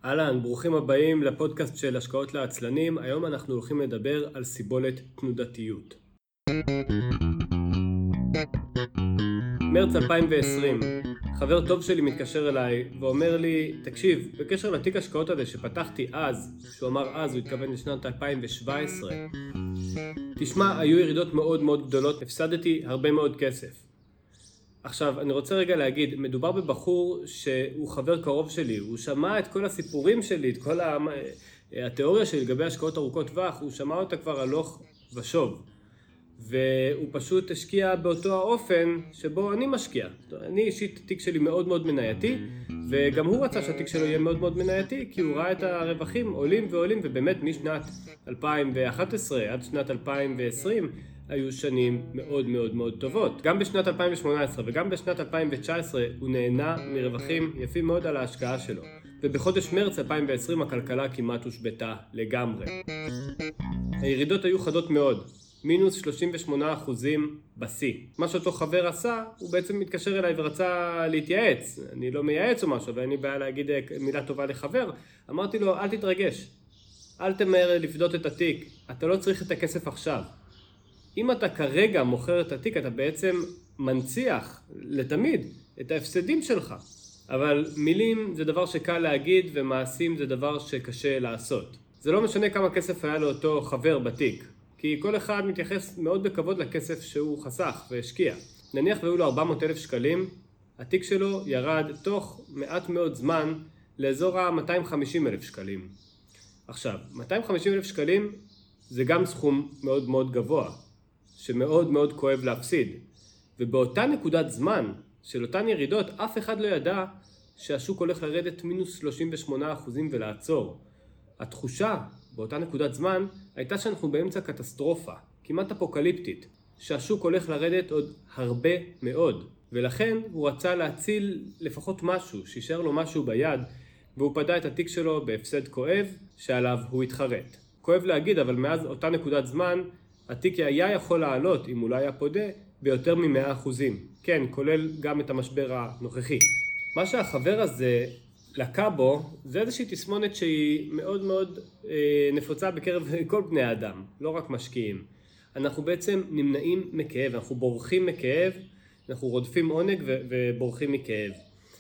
אהלן, ברוכים הבאים לפודקאסט של השקעות לעצלנים. היום אנחנו הולכים לדבר על סיבולת תנודתיות. מרץ 2020, חבר טוב שלי מתקשר אליי ואומר לי, תקשיב, בקשר לתיק השקעות הזה שפתחתי אז, שהוא אמר אז, הוא התכוון לשנת 2017, תשמע, היו ירידות מאוד מאוד גדולות, הפסדתי הרבה מאוד כסף. עכשיו, אני רוצה רגע להגיד, מדובר בבחור שהוא חבר קרוב שלי, הוא שמע את כל הסיפורים שלי, את כל התיאוריה שלי לגבי השקעות ארוכות טווח, הוא שמע אותה כבר הלוך ושוב. והוא פשוט השקיע באותו האופן שבו אני משקיע. אני אישית, התיק שלי מאוד מאוד מנייתי, וגם הוא רצה שהתיק שלו יהיה מאוד מאוד מנייתי, כי הוא ראה את הרווחים עולים ועולים, ובאמת משנת 2011 עד שנת 2020, היו שנים מאוד מאוד מאוד טובות. גם בשנת 2018 וגם בשנת 2019 הוא נהנה מרווחים יפים מאוד על ההשקעה שלו. ובחודש מרץ 2020 הכלכלה כמעט הושבתה לגמרי. הירידות היו חדות מאוד. מינוס 38% בשיא. מה שאותו חבר עשה, הוא בעצם מתקשר אליי ורצה להתייעץ. אני לא מייעץ או משהו, ואין לי בעיה להגיד מילה טובה לחבר. אמרתי לו, אל תתרגש. אל תמהר לפדות את התיק. אתה לא צריך את הכסף עכשיו. אם אתה כרגע מוכר את התיק, אתה בעצם מנציח לתמיד את ההפסדים שלך. אבל מילים זה דבר שקל להגיד, ומעשים זה דבר שקשה לעשות. זה לא משנה כמה כסף היה לאותו חבר בתיק. כי כל אחד מתייחס מאוד בכבוד לכסף שהוא חסך והשקיע. נניח והיו לו 400,000 שקלים, התיק שלו ירד תוך מעט מאוד זמן לאזור ה-250,000 שקלים. עכשיו, 250,000 שקלים זה גם סכום מאוד מאוד גבוה, שמאוד מאוד כואב להפסיד. ובאותה נקודת זמן של אותן ירידות, אף אחד לא ידע שהשוק הולך לרדת מינוס 38% ולעצור. התחושה באותה נקודת זמן הייתה שאנחנו באמצע קטסטרופה, כמעט אפוקליפטית, שהשוק הולך לרדת עוד הרבה מאוד, ולכן הוא רצה להציל לפחות משהו, שישאר לו משהו ביד, והוא פדה את התיק שלו בהפסד כואב שעליו הוא התחרט. כואב להגיד, אבל מאז אותה נקודת זמן, התיק היה יכול לעלות, אם אולי היה פודה, ביותר מ100%. כן, כולל גם את המשבר הנוכחי. מה שהחבר הזה לקה בו, זה איזושהי תסמונת שהיא מאוד מאוד נפוצה בקרב כל בני האדם, לא רק משקיעים. אנחנו בעצם נמנעים מכאב, אנחנו בורחים מכאב, אנחנו רודפים עונג ובורחים מכאב.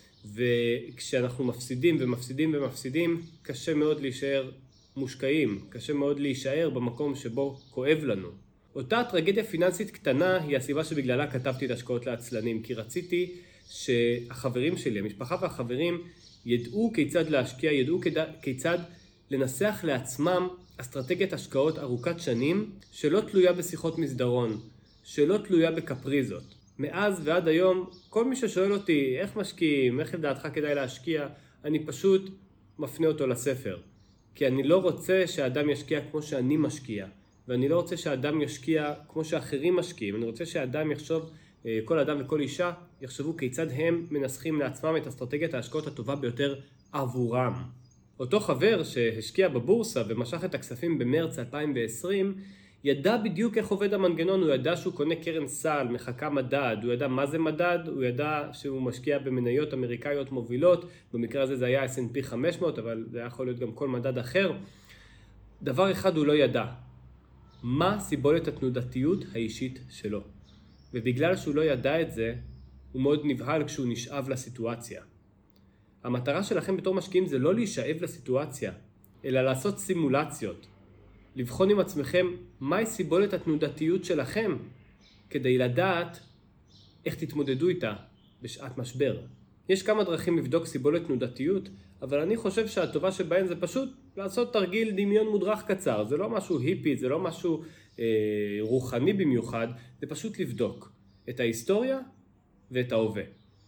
וכשאנחנו מפסידים ומפסידים ומפסידים, קשה מאוד להישאר מושקעים, קשה מאוד להישאר במקום שבו כואב לנו. אותה טרגדיה פיננסית קטנה היא הסיבה שבגללה כתבתי את השקעות לעצלנים, כי רציתי שהחברים שלי, המשפחה והחברים, ידעו כיצד להשקיע, ידעו כיצד לנסח לעצמם אסטרטגיית השקעות ארוכת שנים, שלא תלויה בשיחות מסדרון, שלא תלויה בקפריזות. מאז ועד היום, כל מי ששואל אותי איך משקיעים, איך לדעתך כדאי להשקיע, אני פשוט מפנה אותו לספר. כי אני לא רוצה שהאדם ישקיע כמו שאני משקיע, ואני לא רוצה שהאדם ישקיע כמו שאחרים משקיעים. אני רוצה שהאדם יחשוב, כל אדם וכל אישה יחשבו כיצד הם מנסחים לעצמם את אסטרטגיית ההשקעות הטובה ביותר עבורם. אותו חבר שהשקיע בבורסה ומשך את הכספים במרץ 2020, ידע בדיוק איך עובד המנגנון, הוא ידע שהוא קונה קרן סל, מחכה מדד, הוא ידע מה זה מדד, הוא ידע שהוא משקיע במניות אמריקאיות מובילות, במקרה הזה זה היה S&P 500, אבל זה יכול להיות גם כל מדד אחר. דבר אחד הוא לא ידע, מה סיבולת התנודתיות האישית שלו. ובגלל שהוא לא ידע את זה, הוא מאוד נבהל כשהוא נשאב לסיטואציה. המטרה שלכם בתור משקיעים זה לא להישאב לסיטואציה, אלא לעשות סימולציות. לבחון עם עצמכם מהי סיבולת התנודתיות שלכם, כדי לדעת איך תתמודדו איתה בשעת משבר. יש כמה דרכים לבדוק סיבולת תנודתיות, אבל אני חושב שהטובה שבהן זה פשוט לעשות תרגיל דמיון מודרך קצר. זה לא משהו היפי, זה לא משהו רוחני במיוחד, זה פשוט לבדוק את ההיסטוריה ואת ההווה.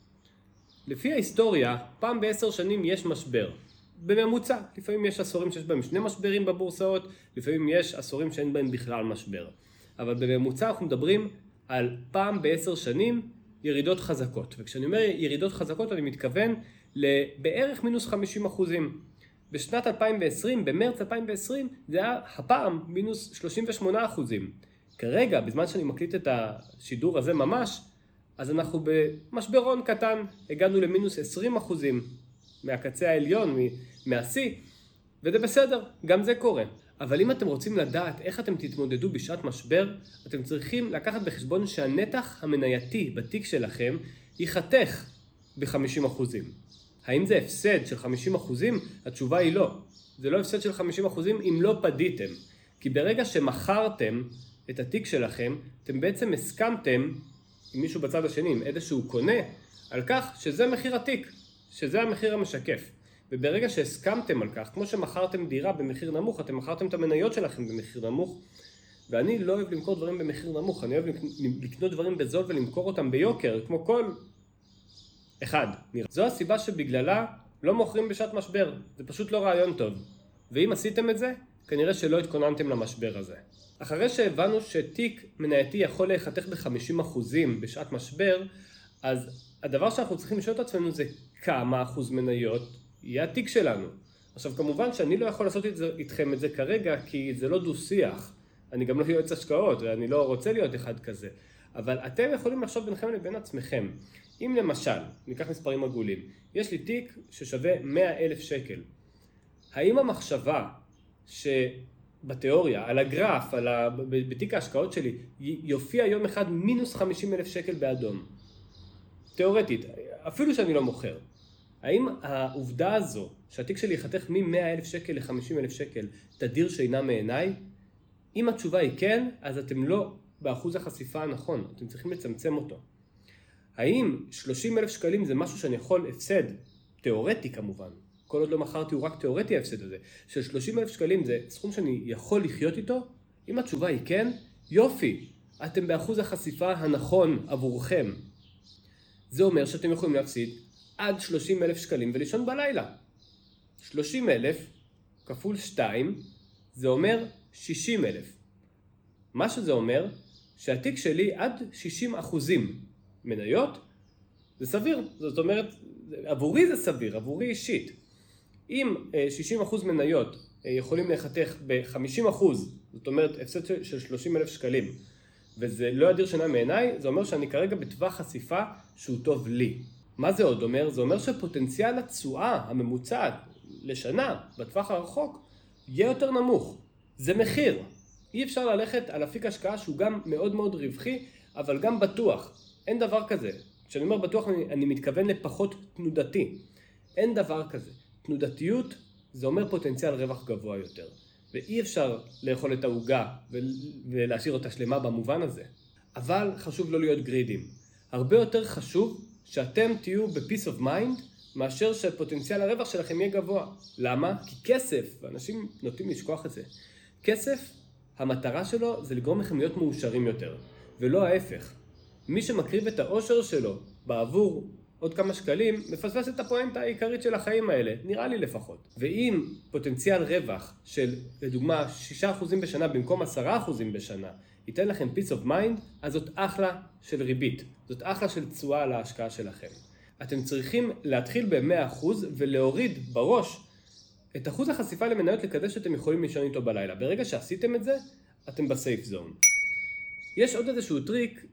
לפי ההיסטוריה, פעם ב10 שנים יש משבר. בממוצע, לפעמים יש עשורים שיש בהם 2 משברים בבורסאות, לפעמים יש עשורים שאין בהם בכלל משבר. אבל בממוצע אנחנו מדברים על פעם ב10 שנים ירידות חזקות. וכשאני אומר ירידות חזקות אני מתכוון לבערך מינוס 50%. בשנת 2020, במרץ 2020, זה היה הפעם מינוס 38%. כרגע, בזמן שאני מקליט את השידור הזה ממש, אז אנחנו במשברון קטן, הגענו למינוס 20%. מהקצה העליון, מהשיא, וזה בסדר, גם זה קורה. אבל אם אתם רוצים לדעת איך אתם תתמודדו בשעת משבר, אתם צריכים לקחת בחשבון שהנתח המנייתי בתיק שלכם ייחתך ב-50%. האם זה הפסד של 50%? התשובה היא לא. זה לא הפסד של 50% אם לא פדיתם. כי ברגע שמכרתם את התיק שלכם, אתם בעצם הסכמתם עם מישהו בצד השני, עם איזשהו קונה, על כך שזה מחיר התיק, שזה המחיר המשקף. וברגע שהסכמתם על כך, כמו שמכרתם דירה במחיר נמוך, אתם מכרתם את המניות שלכם במחיר נמוך, ואני לא אוהב למכור דברים במחיר נמוך, אני אוהב לקנות דברים בזול ולמכור אותם ביוקר, כמו כל אחד. זו הסיבה שבגללה לא מוכרים בשעת משבר, זה פשוט לא רעיון טוב. ואם עשיתם את זה, כנראה שלא התכוננתם למשבר הזה. אחרי שהבנו שתיק מנייתי יכול להיחתך ב-50% בשעת משבר, אז הדבר שאנחנו צריכים לשאול את עצמנו זה כמה אחוז מניות יהיה התיק שלנו. עכשיו כמובן שאני לא יכול לעשות איתכם את זה כרגע, כי זה לא דו-שיח. אני גם לא יועץ השקעות, ואני לא רוצה להיות אחד כזה. אבל אתם יכולים לחשוב ביניכם לבין עצמכם. אם למשל, ניקח מספרים עגולים, יש לי תיק ששווה 100,000 שקל. האם המחשבה שבתיאוריה, על הגרף, בתיק ההשקעות שלי, יופיע יום אחד מינוס 50,000 שקל באדום? תיאורטית, אפילו שאני לא מוכר. האם העובדה הזו, שהתיק שלי יחתך מ-100,000 שקל ל-50,000 שקל, תדיר שינה מעיניי? אם התשובה היא כן, אז אתם לא באחוז החשיפה הנכון, אתם צריכים לצמצם אותו. האם 30,000 שקלים זה משהו שאני יכול הפסד, תיאורטי כמובן, כל עוד לא מכרתי הוא רק תיאורטי ההפסד הזה, של 30,000 שקלים זה סכום שאני יכול לחיות איתו? אם התשובה היא כן, יופי, אתם באחוז החשיפה הנכון עבורכם. זה אומר שאתם יכולים להפסיד עד 30,000 שקלים ולישון בלילה. 30,000 כפול 2 זה אומר 60,000. מה שזה אומר שהתיק שלי עד 60% מניות זה סביר. זאת אומרת, עבורי זה סביר, עבורי אישית. אם 60% מניות יכולים להיחתך ב-50%, זאת אומרת הפסד של 30,000 שקלים, וזה לא ידיר שינה מעיניי, זה אומר שאני כרגע בטווח חשיפה שהוא טוב לי. מה זה עוד אומר? זה אומר שפוטנציאל התשואה הממוצעת לשנה בטווח הרחוק יהיה יותר נמוך. זה מחיר. אי אפשר ללכת על אפיק השקעה שהוא גם מאוד מאוד רווחי, אבל גם בטוח. אין דבר כזה. כשאני אומר בטוח אני מתכוון לפחות תנודתי. אין דבר כזה. תנודתיות זה אומר פוטנציאל רווח גבוה יותר. ואי אפשר לאכול את העוגה ולהשאיר אותה שלמה במובן הזה. אבל חשוב לא להיות גרידים. הרבה יותר חשוב שאתם תהיו ב-peace of mind מאשר שפוטנציאל הרווח שלכם יהיה גבוה. למה? כי כסף, ואנשים נוטים לשכוח את זה, כסף, המטרה שלו זה לגרום לכם להיות מאושרים יותר, ולא ההפך. מי שמקריב את האושר שלו בעבור עוד כמה שקלים, מפספס את הפואנטה העיקרית של החיים האלה, נראה לי לפחות. ואם פוטנציאל רווח של, לדוגמה, 6% בשנה במקום 10% בשנה, ייתן לכם peace of mind, אז זאת אחלה של ריבית. זאת אחלה של תשואה על ההשקעה שלכם. אתם צריכים להתחיל ב-100% ולהוריד בראש את אחוז החשיפה למניות לכזה שאתם יכולים לישון איתו בלילה. ברגע שעשיתם את זה, אתם בסייף זון. יש עוד איזשהו טריק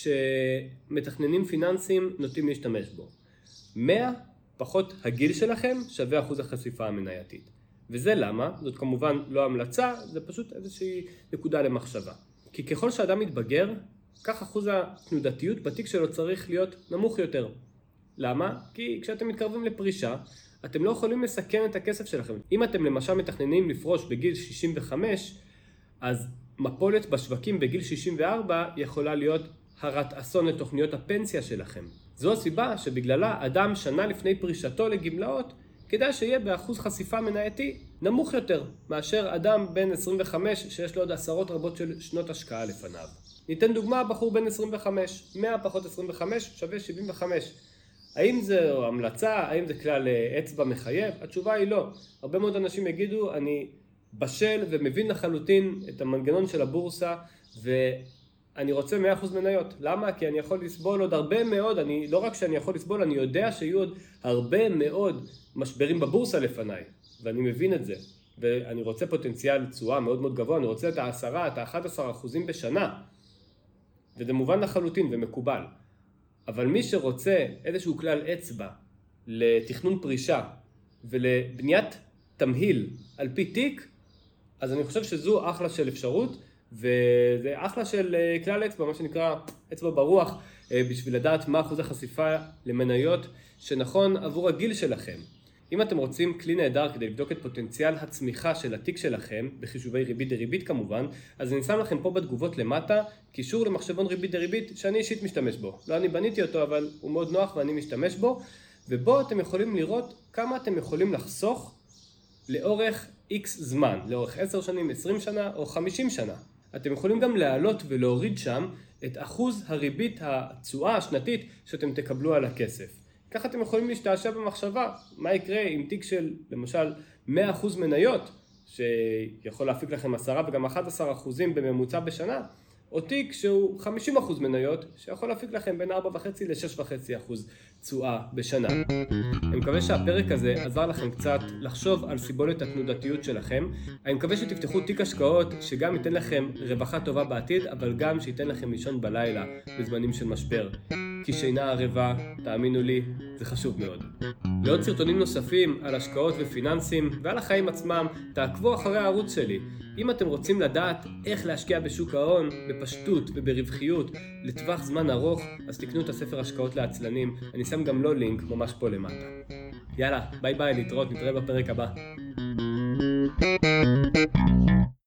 שמתכננים פיננסיים נוטים להשתמש בו. 100 פחות הגיל שלכם שווה אחוז החשיפה המנייתית. וזה למה? זאת כמובן לא המלצה, זה פשוט איזושהי נקודה למחשבה. כי ככל שאדם מתבגר, כך אחוז התנודתיות בתיק שלו צריך להיות נמוך יותר. למה? כי כשאתם מתקרבים לפרישה, אתם לא יכולים לסכן את הכסף שלכם. אם אתם למשל מתכננים לפרוש בגיל 65, אז מפולת בשווקים בגיל 64 יכולה להיות הרת אסון לתוכניות הפנסיה שלכם. זו הסיבה שבגללה אדם שנה לפני פרישתו לגמלאות, כדאי שיהיה באחוז חשיפה מנייתי נמוך יותר, מאשר אדם בן 25 שיש לו עוד עשרות רבות של שנות השקעה לפניו. ניתן דוגמה, בחור בן 25, 100 פחות 25 שווה 75. האם זו המלצה? האם זה כלל אצבע מחייב? התשובה היא לא. הרבה מאוד אנשים יגידו, אני בשל ומבין לחלוטין את המנגנון של הבורסה, ואני רוצה 100% מניות. למה? כי אני יכול לסבול עוד הרבה מאוד, לא רק שאני יכול לסבול, אני יודע שיהיו עוד הרבה מאוד משברים בבורסה לפניי, ואני מבין את זה. ואני רוצה פוטנציאל תשואה מאוד מאוד גבוה, אני רוצה את ה10, את ה11% בשנה. וזה מובן לחלוטין ומקובל. אבל מי שרוצה איזשהו כלל אצבע לתכנון פרישה, ולבניית תמהיל על פי תיק, אז אני חושב שזו אחלה של אפשרות, וזה אחלה של כלל אצבע, מה שנקרא אצבע ברוח, בשביל לדעת מה אחוז החשיפה למניות שנכון עבור הגיל שלכם. אם אתם רוצים כלי נהדר כדי לבדוק את פוטנציאל הצמיחה של התיק שלכם, בחישובי ריבית דריבית כמובן, אז אני שם לכם פה בתגובות למטה קישור למחשבון ריבית דריבית שאני אישית משתמש בו. לא אני בניתי אותו, אבל הוא מאוד נוח ואני משתמש בו, ובו אתם יכולים לראות כמה אתם יכולים לחסוך לאורך X זמן, לאורך 10 שנים, 20 שנה או 50 שנה. אתם יכולים גם להעלות ולהוריד שם את אחוז הריבית התשואה השנתית שאתם תקבלו על הכסף. ככה אתם יכולים להשתעשע במחשבה, מה יקרה עם תיק של למשל 100% מניות, שיכול להפיק לכם 10 וגם 11% בממוצע בשנה, או תיק שהוא 50% מניות, שיכול להפיק לכם בין 4.5 ל-6.5% תשואה בשנה. אני מקווה שהפרק הזה עזר לכם קצת לחשוב על סיבולת התנודתיות שלכם. אני מקווה שתפתחו תיק השקעות שגם ייתן לכם רווחה טובה בעתיד, אבל גם שייתן לכם לישון בלילה בזמנים של משבר. כי שינה ערבה, תאמינו לי, זה חשוב מאוד. לעוד סרטונים נוספים על השקעות ופיננסים ועל החיים עצמם, תעקבו אחרי הערוץ שלי. אם אתם רוצים לדעת איך להשקיע בשוק ההון, בפשטות וברווחיות לטווח זמן ארוך, אז תקנו את הספר השקעות לעצלנים. אני שם גם לו לינק ממש פה למטה. יאללה, ביי ביי, להתראות, נתראה בפרק הבא.